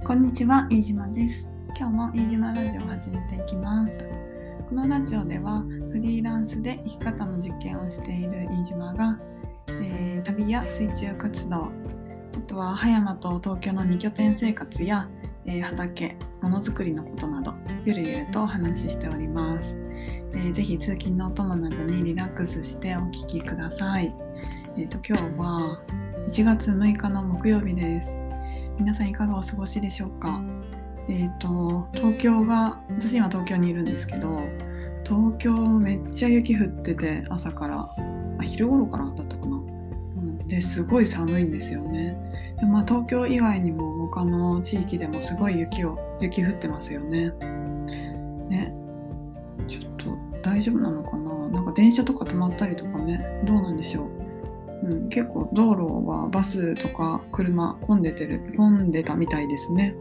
こんにちは、飯島です。今日も飯島ラジオを始めていきます。このラジオではフリーランスで生き方の実験をしている飯島が、旅や水中活動、あとは葉山と東京の2拠点生活や、畑、ものづくりのことなどゆるゆるとお話ししております。ぜひ通勤のお供などにリラックスしてお聞きください。今日は1月6日の木曜日です。皆さんいかがお過ごしでしょうか。東京が、私今東京にいるんですけど、東京めっちゃ雪降ってて、朝から、昼頃からだったかな、ですごい寒いんですよね。で、東京以外にも他の地域でもすごい雪降ってますよね。ね、ちょっと大丈夫なのかな。なんか電車とか止まったりとかね、どうなんでしょう。結構道路はバスとか車混んでたみたいですね。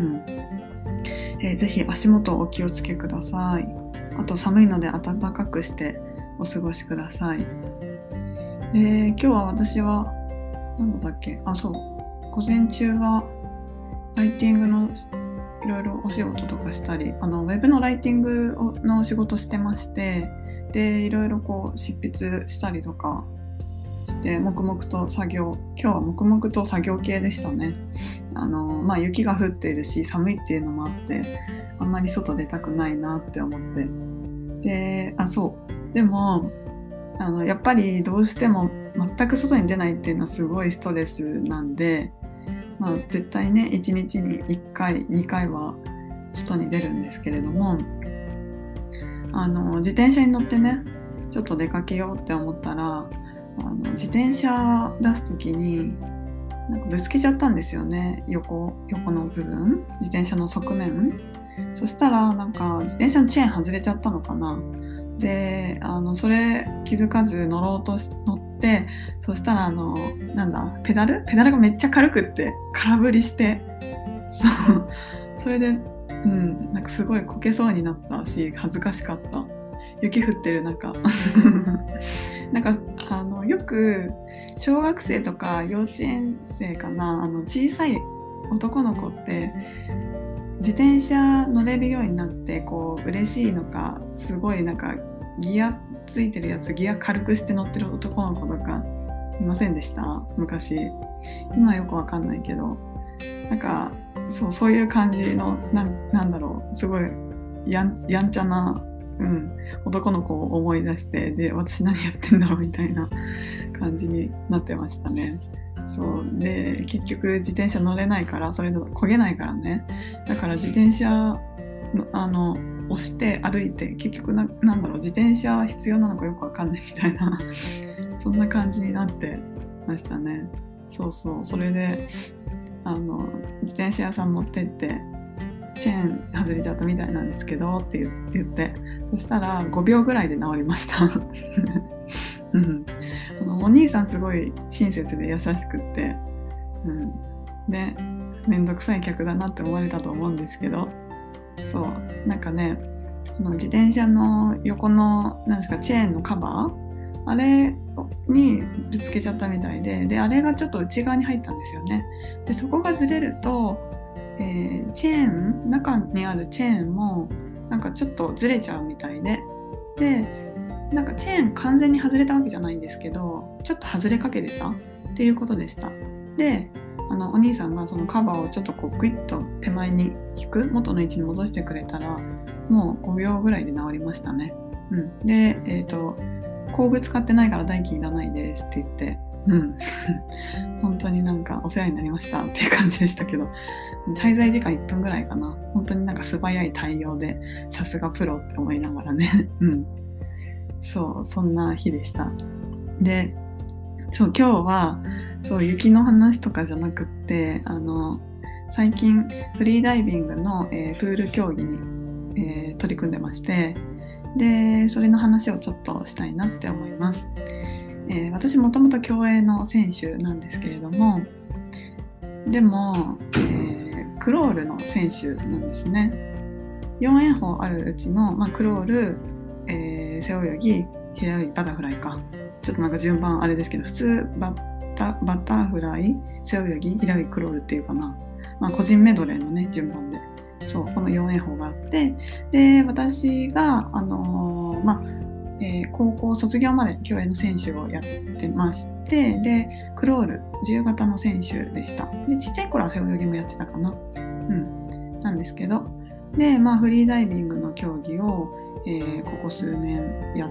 ぜひ足元お気をつけください。あと寒いので暖かくしてお過ごしください。今日は私は何だっけ、午前中はライティングのいろいろお仕事とかしたり、ウェブのライティングの仕事してまして、でいろいろこう執筆したりとかして黙々と作業、今日は黙々と作業系でしたね。雪が降っているし寒いっていうのもあってあんまり外出たくないなって思って、でもやっぱりどうしても全く外に出ないっていうのはすごいストレスなんで、絶対ね1日に1回2回は外に出るんですけれども、自転車に乗ってねちょっと出かけようって思ったら自転車出す時になんかぶつけちゃったんですよね。横の部分、自転車の側面。そしたらなんか自転車のチェーン外れちゃったのかな。でそれ気づかず乗って、そしたらペダルがめっちゃ軽くって空振りして、それでなんかすごいこけそうになったし恥ずかしかった。雪降ってる中なんかよく小学生とか幼稚園生かな、小さい男の子って自転車乗れるようになってこう嬉しいのか、すごいなんかギアついてるやつギア軽くして乗ってる男の子とかいませんでした？昔。今はよくわかんないけど、なんかそういう感じのなんだろう、すごいやんちゃな男の子を思い出して、で私何やってんだろうみたいな感じになってましたね。そうで結局自転車乗れないから、それだと焦げないからね。だから自転車の押して歩いて、結局なんだろう、自転車必要なのかよくわかんないみたいなそんな感じになってましたね。それで自転車屋さん持ってってチェーン外れちゃったみたいなんですけどって言って、そしたら5秒ぐらいで治りました、お兄さんすごい親切で優しくって、でめんどくさい客だなって思われたと思うんですけど、なんかね自転車の横のチェーンのカバー、あれにぶつけちゃったみたいで、あれがちょっと内側に入ったんですよね。でそこがずれるとチェーン、中にあるチェーンもなんかちょっとずれちゃうみたいで、なんかチェーン完全に外れたわけじゃないんですけど、ちょっと外れかけてたっていうことでした。でお兄さんがそのカバーをちょっとこうグイッと手前に引く、元の位置に戻してくれたらもう5秒ぐらいで治りましたね。で工具使ってないから代金いらないですって言って、本当になんかお世話になりましたっていう感じでしたけど、滞在時間1分ぐらいかな。本当になんか素早い対応でさすがプロって思いながらねそんな日でした。で今日は雪の話とかじゃなくって、最近フリーダイビングの、プール競技に、取り組んでまして、でそれの話をちょっとしたいなって思います。私もともと競泳の選手なんですけれども、でも、クロールの選手なんですね。4泳法あるうちの、クロール、背泳ぎ、平泳ぎ、バタフライか。ちょっとなんか順番あれですけど、普通バタフライ、背泳ぎ、平泳ぎ、クロールっていうかな。 個人メドレーのね順番でそうこの4泳法があって、で私が高校卒業まで競泳の選手をやってまして、でクロール自由形の選手でした。でちっちゃい頃は背泳ぎもやってたかな、なんですけど、でフリーダイビングの競技を、ここ数年やって、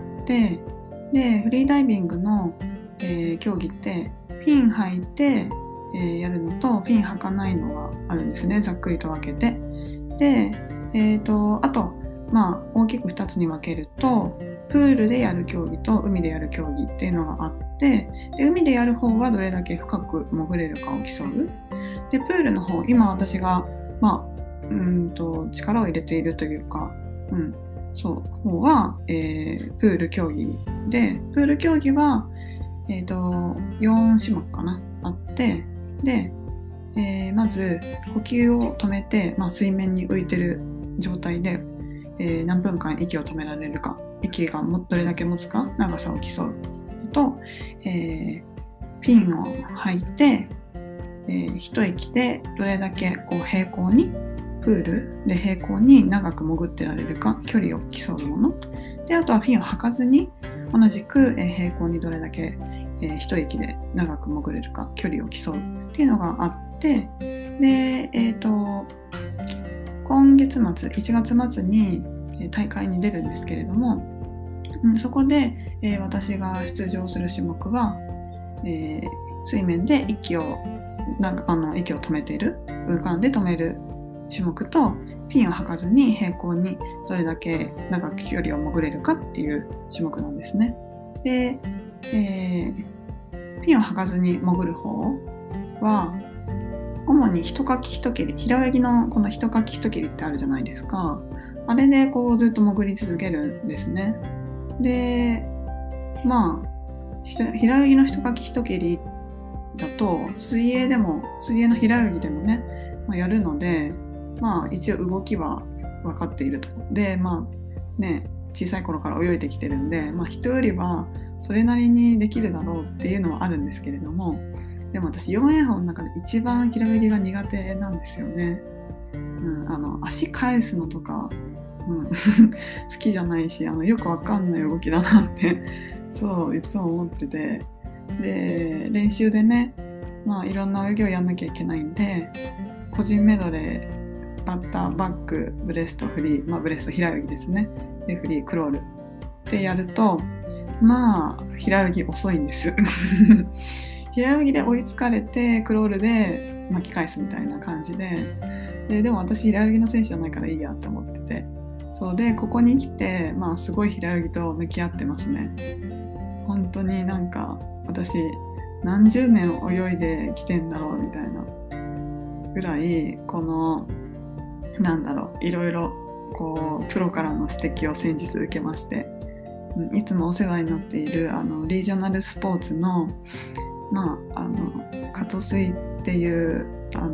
でフリーダイビングの、競技ってフィン履いて、やるのとフィン履かないのがあるんですね、ざっくりと分けて。で、あと大きく2つに分けると、プールでやる競技と海でやる競技っていうのがあって、で海でやる方はどれだけ深く潜れるかを競う。でプールの方、今私が力を入れているというか、方は、プール競技で、プール競技は、4種目かなあって、で、まず呼吸を止めて、水面に浮いてる状態で、何分間息を止められるか、息がどれだけ持つか、長さを競うと、フィンを吐いて、一息でどれだけ平行にプールで平行に長く潜ってられるか、距離を競うもので、あとはフィンを吐かずに同じく平行にどれだけ一息で長く潜れるか、距離を競うっていうのがあって、で、今月末1月末に大会に出るんですけれども、そこで、私が出場する種目は、水面で息を止めている、浮かんで止める種目と、フィンを吐かずに平行にどれだけ長く距離を潜れるかっていう種目なんですね。で、フィンを吐かずに潜る方は主に一かき一蹴り、平泳ぎのこの一かき一蹴りってあるじゃないですか。あれでずっと潜り続けるんですね。で、平泳ぎの一かき一蹴りだと水泳の平泳ぎでもね、やるので、一応動きは分かっていると。で、小さい頃から泳いできてるんで、人よりはそれなりにできるだろうっていうのはあるんですけれども、でも私4泳法の中で一番平泳ぎが苦手なんですよね。足返すのとか、好きじゃないし、よくわかんない動きだなってそういつも思ってて、で練習でね、いろんな泳ぎをやんなきゃいけないんで、個人メドレー、バッター、バック、ブレスト、フリー、ブレスト平泳ぎですね、でフリー、クロールってやると平泳ぎ遅いんです平泳ぎで追いつかれてクロールで巻き返すみたいな感じで、でも私平泳ぎの選手じゃないからいいやって思ってて、そうでここに来てすごい平泳ぎと向き合ってますね。本当に私何十年泳いできてんだろうみたいなぐらい、このいろいろプロからの指摘を先日受けまして、いつもお世話になっているリージョナルスポーツのカトスイっていう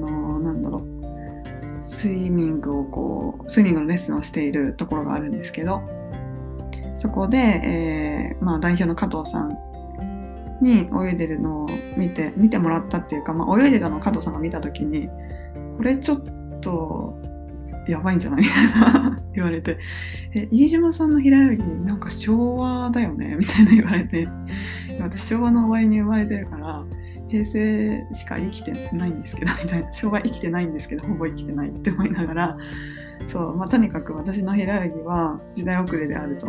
スイミングのレッスンをしているところがあるんですけど、そこで、代表の加藤さんに泳いでるのを見てもらったっていうか、泳いでたのを加藤さんが見た時に、これちょっとやばいんじゃないみたいな言われて、飯島さんの平泳ぎ昭和だよねみたいな言われて、私昭和の終わりに生まれてるから平成しか生きてないんですけどみたいな、昭和生きてないんですけどほぼ生きてないって思いながら、とにかく私の平泳ぎは時代遅れであると、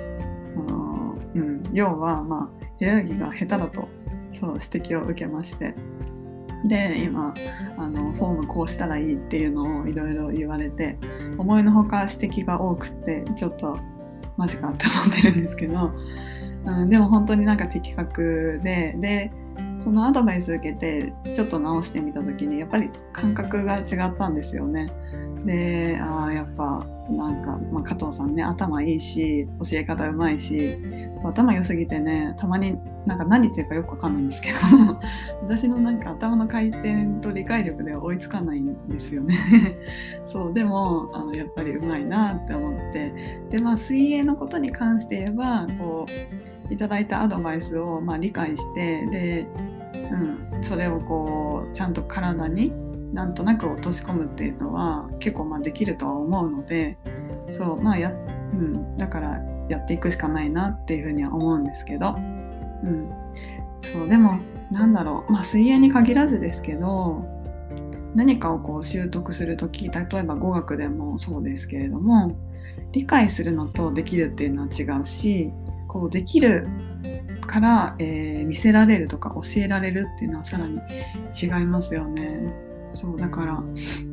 要は平泳ぎが下手だと指摘を受けまして、で今フォームこうしたらいいっていうのをいろいろ言われて、思いのほか指摘が多くてちょっとマジかって思ってるんですけど、でも本当に的確でそのアドバイス受けてちょっと直してみた時にやっぱり感覚が違ったんですよね。でやっぱ加藤さんね、頭いいし教え方うまいし、頭良すぎてね、たまに何言ってるかよくわかんないんですけど私の頭の回転と理解力では追いつかないんですよねでもやっぱりうまいなって思って、で水泳のことに関して言えばいただいたアドバイスを理解して、で、それをちゃんと体になんとなく落とし込むっていうのは結構できるとは思うので、そうだからやっていくしかないなっていうふうには思うんですけど、そうでも水泳に限らずですけど、何かをこう習得するとき、例えば語学でもそうですけれども、理解するのとできるっていうのは違うし、こうできるから、見せられるとか教えられるっていうのはさらに違いますよね。そうだから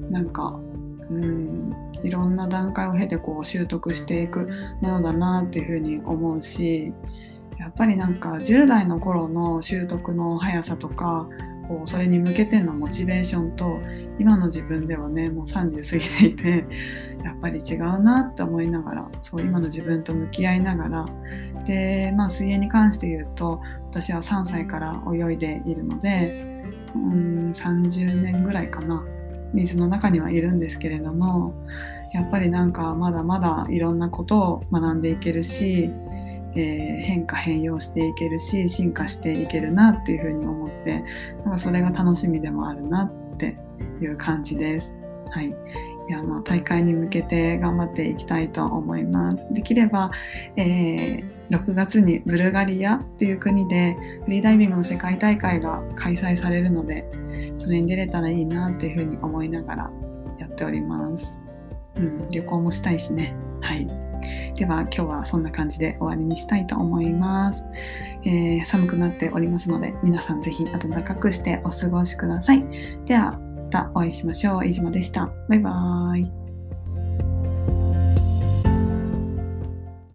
いろんな段階を経てこう習得していくものだなっていうふうに思うし、やっぱり10代の頃の習得の速さとか、こうそれに向けてのモチベーションと今の自分ではね、もう30過ぎていて、やっぱり違うなって思いながら、そう今の自分と向き合いながらで、水泳に関して言うと、私は3歳から泳いでいるので、30年ぐらいかな、水の中にはいるんですけれども、やっぱりまだまだいろんなことを学んでいけるし、変化変容していけるし、進化していけるなっていうふうに思って、それが楽しみでもあるなっていう感じです。はい。いや、大会に向けて頑張っていきたいと思います。できれば、6月にブルガリアっていう国でフリーダイビングの世界大会が開催されるので、それに出れたらいいなっていうふうに思いながらやっております。旅行もしたいしね。はい。では今日はそんな感じで終わりにしたいと思います。寒くなっておりますので、皆さんぜひ暖かくしてお過ごしください。ではまたお会いしましょう。飯島でした。バイバーイ。